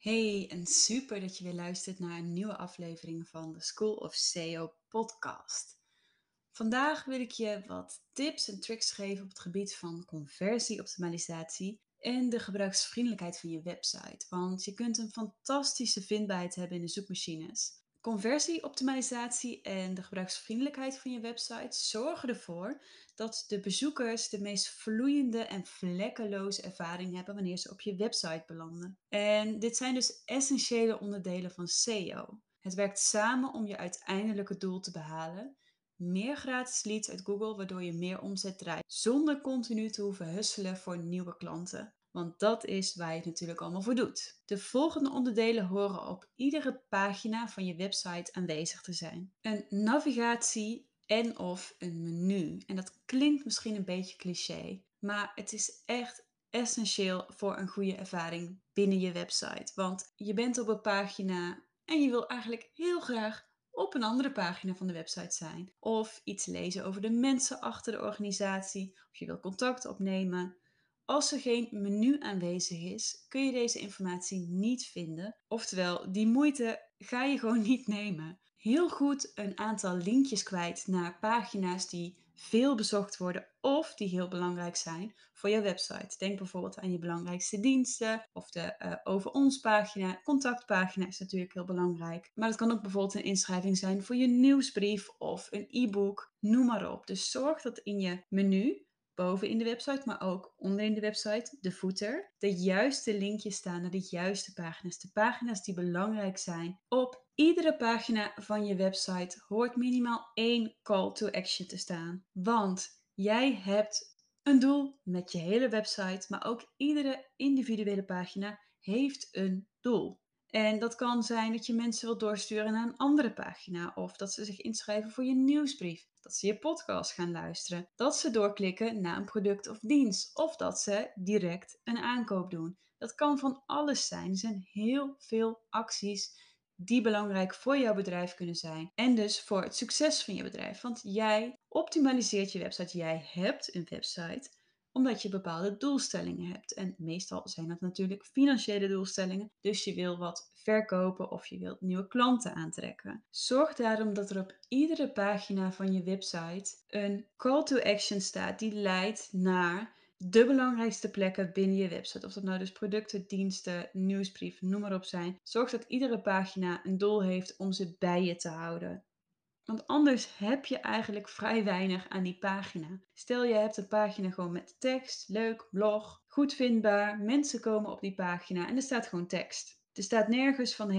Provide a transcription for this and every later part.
Hey, en super dat je weer luistert naar een nieuwe aflevering van de School of SEO podcast. Vandaag wil ik je wat tips en tricks geven op het gebied van conversieoptimalisatie en de gebruiksvriendelijkheid van je website. Want je kunt een fantastische vindbaarheid hebben in de zoekmachines. Conversieoptimalisatie en de gebruiksvriendelijkheid van je website zorgen ervoor dat de bezoekers de meest vloeiende en vlekkeloze ervaring hebben wanneer ze op je website belanden. En dit zijn dus essentiële onderdelen van SEO. Het werkt samen om je uiteindelijke doel te behalen: meer gratis leads uit Google, waardoor je meer omzet draait, zonder continu te hoeven hustelen voor nieuwe klanten. Want dat is waar je het natuurlijk allemaal voor doet. De volgende onderdelen horen op iedere pagina van je website aanwezig te zijn: een navigatie en of een menu. En dat klinkt misschien een beetje cliché, maar het is echt essentieel voor een goede ervaring binnen je website. Want je bent op een pagina en je wil eigenlijk heel graag op een andere pagina van de website zijn. Of iets lezen over de mensen achter de organisatie. Of je wil contact opnemen. Als er geen menu aanwezig is, kun je deze informatie niet vinden. Oftewel, die moeite ga je gewoon niet nemen. Heel goed een aantal linkjes kwijt naar pagina's die veel bezocht worden of die heel belangrijk zijn voor je website. Denk bijvoorbeeld aan je belangrijkste diensten of de over ons pagina. Contactpagina is natuurlijk heel belangrijk. Maar het kan ook bijvoorbeeld een inschrijving zijn voor je nieuwsbrief of een e-book. Noem maar op. Dus zorg dat in je menu boven in de website, maar ook onder in de website, de footer, de juiste linkjes staan naar de juiste pagina's. De pagina's die belangrijk zijn. Op iedere pagina van je website hoort minimaal één call to action te staan. Want jij hebt een doel met je hele website, maar ook iedere individuele pagina heeft een doel. En dat kan zijn dat je mensen wilt doorsturen naar een andere pagina, of dat ze zich inschrijven voor je nieuwsbrief, dat ze je podcast gaan luisteren, dat ze doorklikken naar een product of dienst, of dat ze direct een aankoop doen. Dat kan van alles zijn. Er zijn heel veel acties die belangrijk voor jouw bedrijf kunnen zijn en dus voor het succes van je bedrijf. Want jij optimaliseert je website, jij hebt een website omdat je bepaalde doelstellingen hebt. En meestal zijn dat natuurlijk financiële doelstellingen. Dus je wil wat verkopen of je wilt nieuwe klanten aantrekken. Zorg daarom dat er op iedere pagina van je website een call to action staat die leidt naar de belangrijkste plekken binnen je website. Of dat nou dus producten, diensten, nieuwsbrief, noem maar op zijn. Zorg dat iedere pagina een doel heeft om ze bij je te houden. Want anders heb je eigenlijk vrij weinig aan die pagina. Stel je hebt een pagina gewoon met tekst, leuk, blog, goed vindbaar. Mensen komen op die pagina en er staat gewoon tekst. Er staat nergens van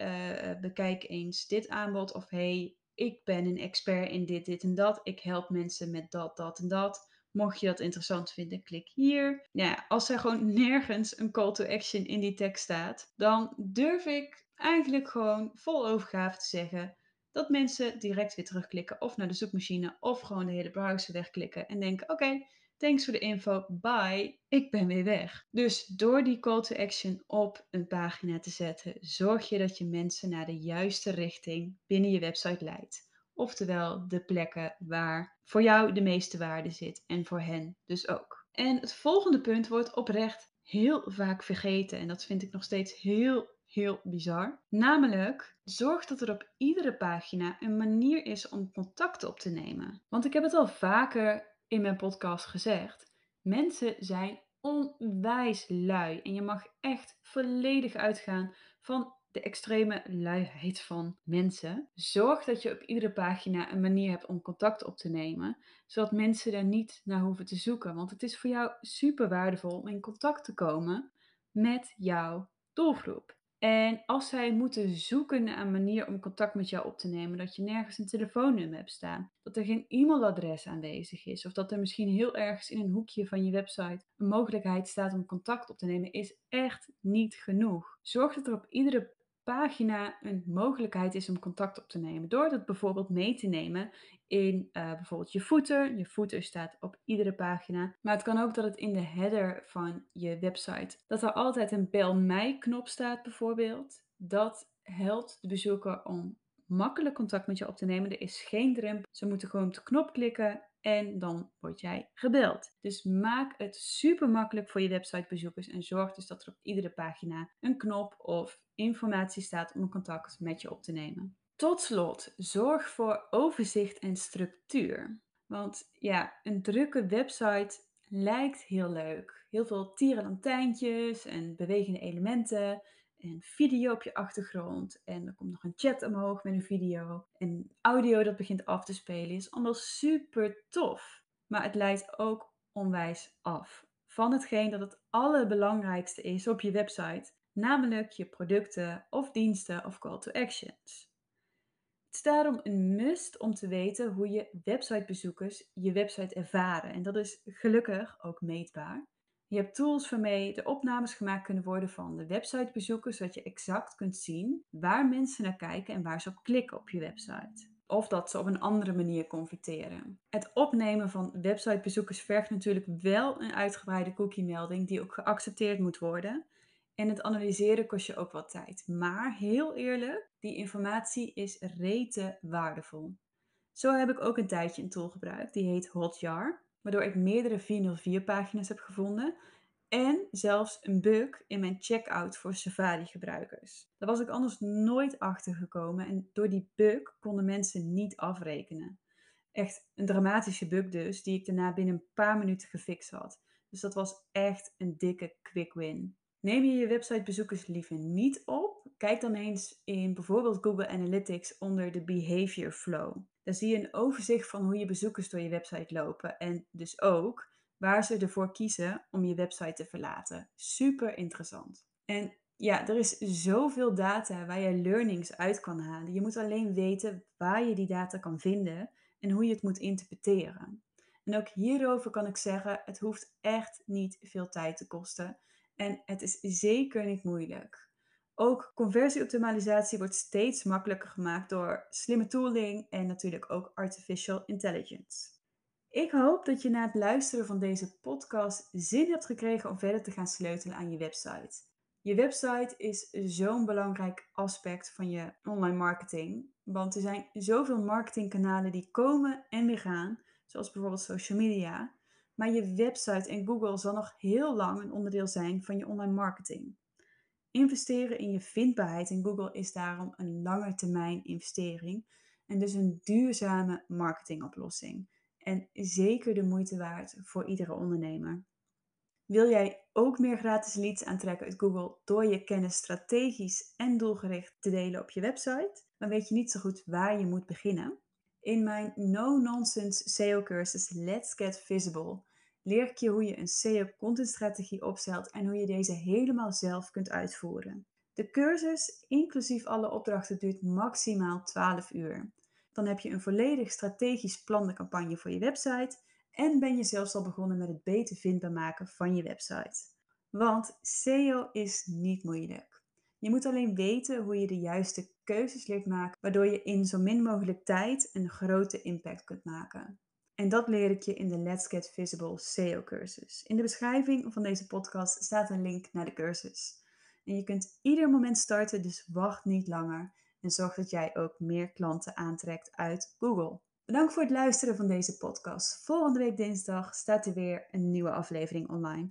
bekijk eens dit aanbod of hey, ik ben een expert in dit, dit en dat. Ik help mensen met dat, dat en dat. Mocht je dat interessant vinden, klik hier. Ja, als er gewoon nergens een call to action in die tekst staat, dan durf ik eigenlijk gewoon vol overgave te zeggen dat mensen direct weer terugklikken of naar de zoekmachine of gewoon de hele browser wegklikken en denken: oké, thanks voor de info, bye, ik ben weer weg. Dus door die call to action op een pagina te zetten, zorg je dat je mensen naar de juiste richting binnen je website leidt. Oftewel de plekken waar voor jou de meeste waarde zit en voor hen dus ook. En het volgende punt wordt oprecht heel vaak vergeten en dat vind ik nog steeds heel bizar. Namelijk, zorg dat er op iedere pagina een manier is om contact op te nemen. Want ik heb het al vaker in mijn podcast gezegd. Mensen zijn onwijs lui. En je mag echt volledig uitgaan van de extreme luiheid van mensen. Zorg dat je op iedere pagina een manier hebt om contact op te nemen, zodat mensen er niet naar hoeven te zoeken. Want het is voor jou super waardevol om in contact te komen met jouw doelgroep. En als zij moeten zoeken naar een manier om contact met jou op te nemen, dat je nergens een telefoonnummer hebt staan, dat er geen e-mailadres aanwezig is, of dat er misschien heel ergens in een hoekje van je website een mogelijkheid staat om contact op te nemen, is echt niet genoeg. Zorg dat er op iedere pagina een mogelijkheid is om contact op te nemen, door dat bijvoorbeeld mee te nemen in bijvoorbeeld je footer. Je footer staat op iedere pagina. Maar het kan ook dat het in de header van je website, dat er altijd een bel mij knop staat bijvoorbeeld. Dat helpt de bezoeker om makkelijk contact met je op te nemen. Er is geen drempel. Ze moeten gewoon op de knop klikken en dan word jij gebeld. Dus maak het super makkelijk voor je websitebezoekers en zorg dus dat er op iedere pagina een knop of informatie staat om een contact met je op te nemen. Tot slot, zorg voor overzicht en structuur. Want ja, een drukke website lijkt heel leuk. Heel veel tierenlantijntjes en bewegende elementen en video op je achtergrond. En er komt nog een chat omhoog met een video. En audio dat begint af te spelen is allemaal super tof. Maar het leidt ook onwijs af van hetgeen dat het allerbelangrijkste is op je website. Namelijk je producten of diensten of call to actions. Het is daarom een must om te weten hoe je websitebezoekers je website ervaren. En dat is gelukkig ook meetbaar. Je hebt tools waarmee de opnames gemaakt kunnen worden van de websitebezoekers, zodat je exact kunt zien waar mensen naar kijken en waar ze op klikken op je website. Of dat ze op een andere manier converteren. Het opnemen van websitebezoekers vergt natuurlijk wel een uitgebreide cookie-melding die ook geaccepteerd moet worden. En het analyseren kost je ook wat tijd. Maar heel eerlijk, die informatie is rete waardevol. Zo heb ik ook een tijdje een tool gebruikt, die heet Hotjar, waardoor ik meerdere 404 pagina's heb gevonden en zelfs een bug in mijn checkout voor Safari gebruikers. Daar was ik anders nooit achter gekomen en door die bug konden mensen niet afrekenen. Echt een dramatische bug dus, die ik daarna binnen een paar minuten gefixt had. Dus dat was echt een dikke quick win. Neem je je websitebezoekers liever niet op? Kijk dan eens in bijvoorbeeld Google Analytics onder de Behavior Flow. Daar zie je een overzicht van hoe je bezoekers door je website lopen en dus ook waar ze ervoor kiezen om je website te verlaten. Super interessant. En ja, er is zoveel data waar je learnings uit kan halen. Je moet alleen weten waar je die data kan vinden en hoe je het moet interpreteren. En ook hierover kan ik zeggen, het hoeft echt niet veel tijd te kosten. En het is zeker niet moeilijk. Ook conversieoptimalisatie wordt steeds makkelijker gemaakt door slimme tooling en natuurlijk ook artificial intelligence. Ik hoop dat je na het luisteren van deze podcast zin hebt gekregen om verder te gaan sleutelen aan je website. Je website is zo'n belangrijk aspect van je online marketing, want er zijn zoveel marketingkanalen die komen en weer gaan, zoals bijvoorbeeld social media. Maar je website en Google zal nog heel lang een onderdeel zijn van je online marketing. Investeren in je vindbaarheid in Google is daarom een langetermijn investering en dus een duurzame marketingoplossing. En zeker de moeite waard voor iedere ondernemer. Wil jij ook meer gratis leads aantrekken uit Google door je kennis strategisch en doelgericht te delen op je website? Dan weet je niet zo goed waar je moet beginnen. In mijn no-nonsense SEO-cursus Let's Get Visible leer ik je hoe je een SEO-contentstrategie opstelt en hoe je deze helemaal zelf kunt uitvoeren. De cursus, inclusief alle opdrachten, duurt maximaal 12 uur. Dan heb je een volledig strategisch plan de campagne voor je website en ben je zelfs al begonnen met het beter vindbaar maken van je website. Want SEO is niet moeilijk. Je moet alleen weten hoe je de juiste keuzes leert maken, waardoor je in zo min mogelijk tijd een grote impact kunt maken. En dat leer ik je in de Let's Get Visible SEO cursus. In de beschrijving van deze podcast staat een link naar de cursus. En je kunt ieder moment starten, dus wacht niet langer. En zorg dat jij ook meer klanten aantrekt uit Google. Bedankt voor het luisteren van deze podcast. Volgende week dinsdag staat er weer een nieuwe aflevering online.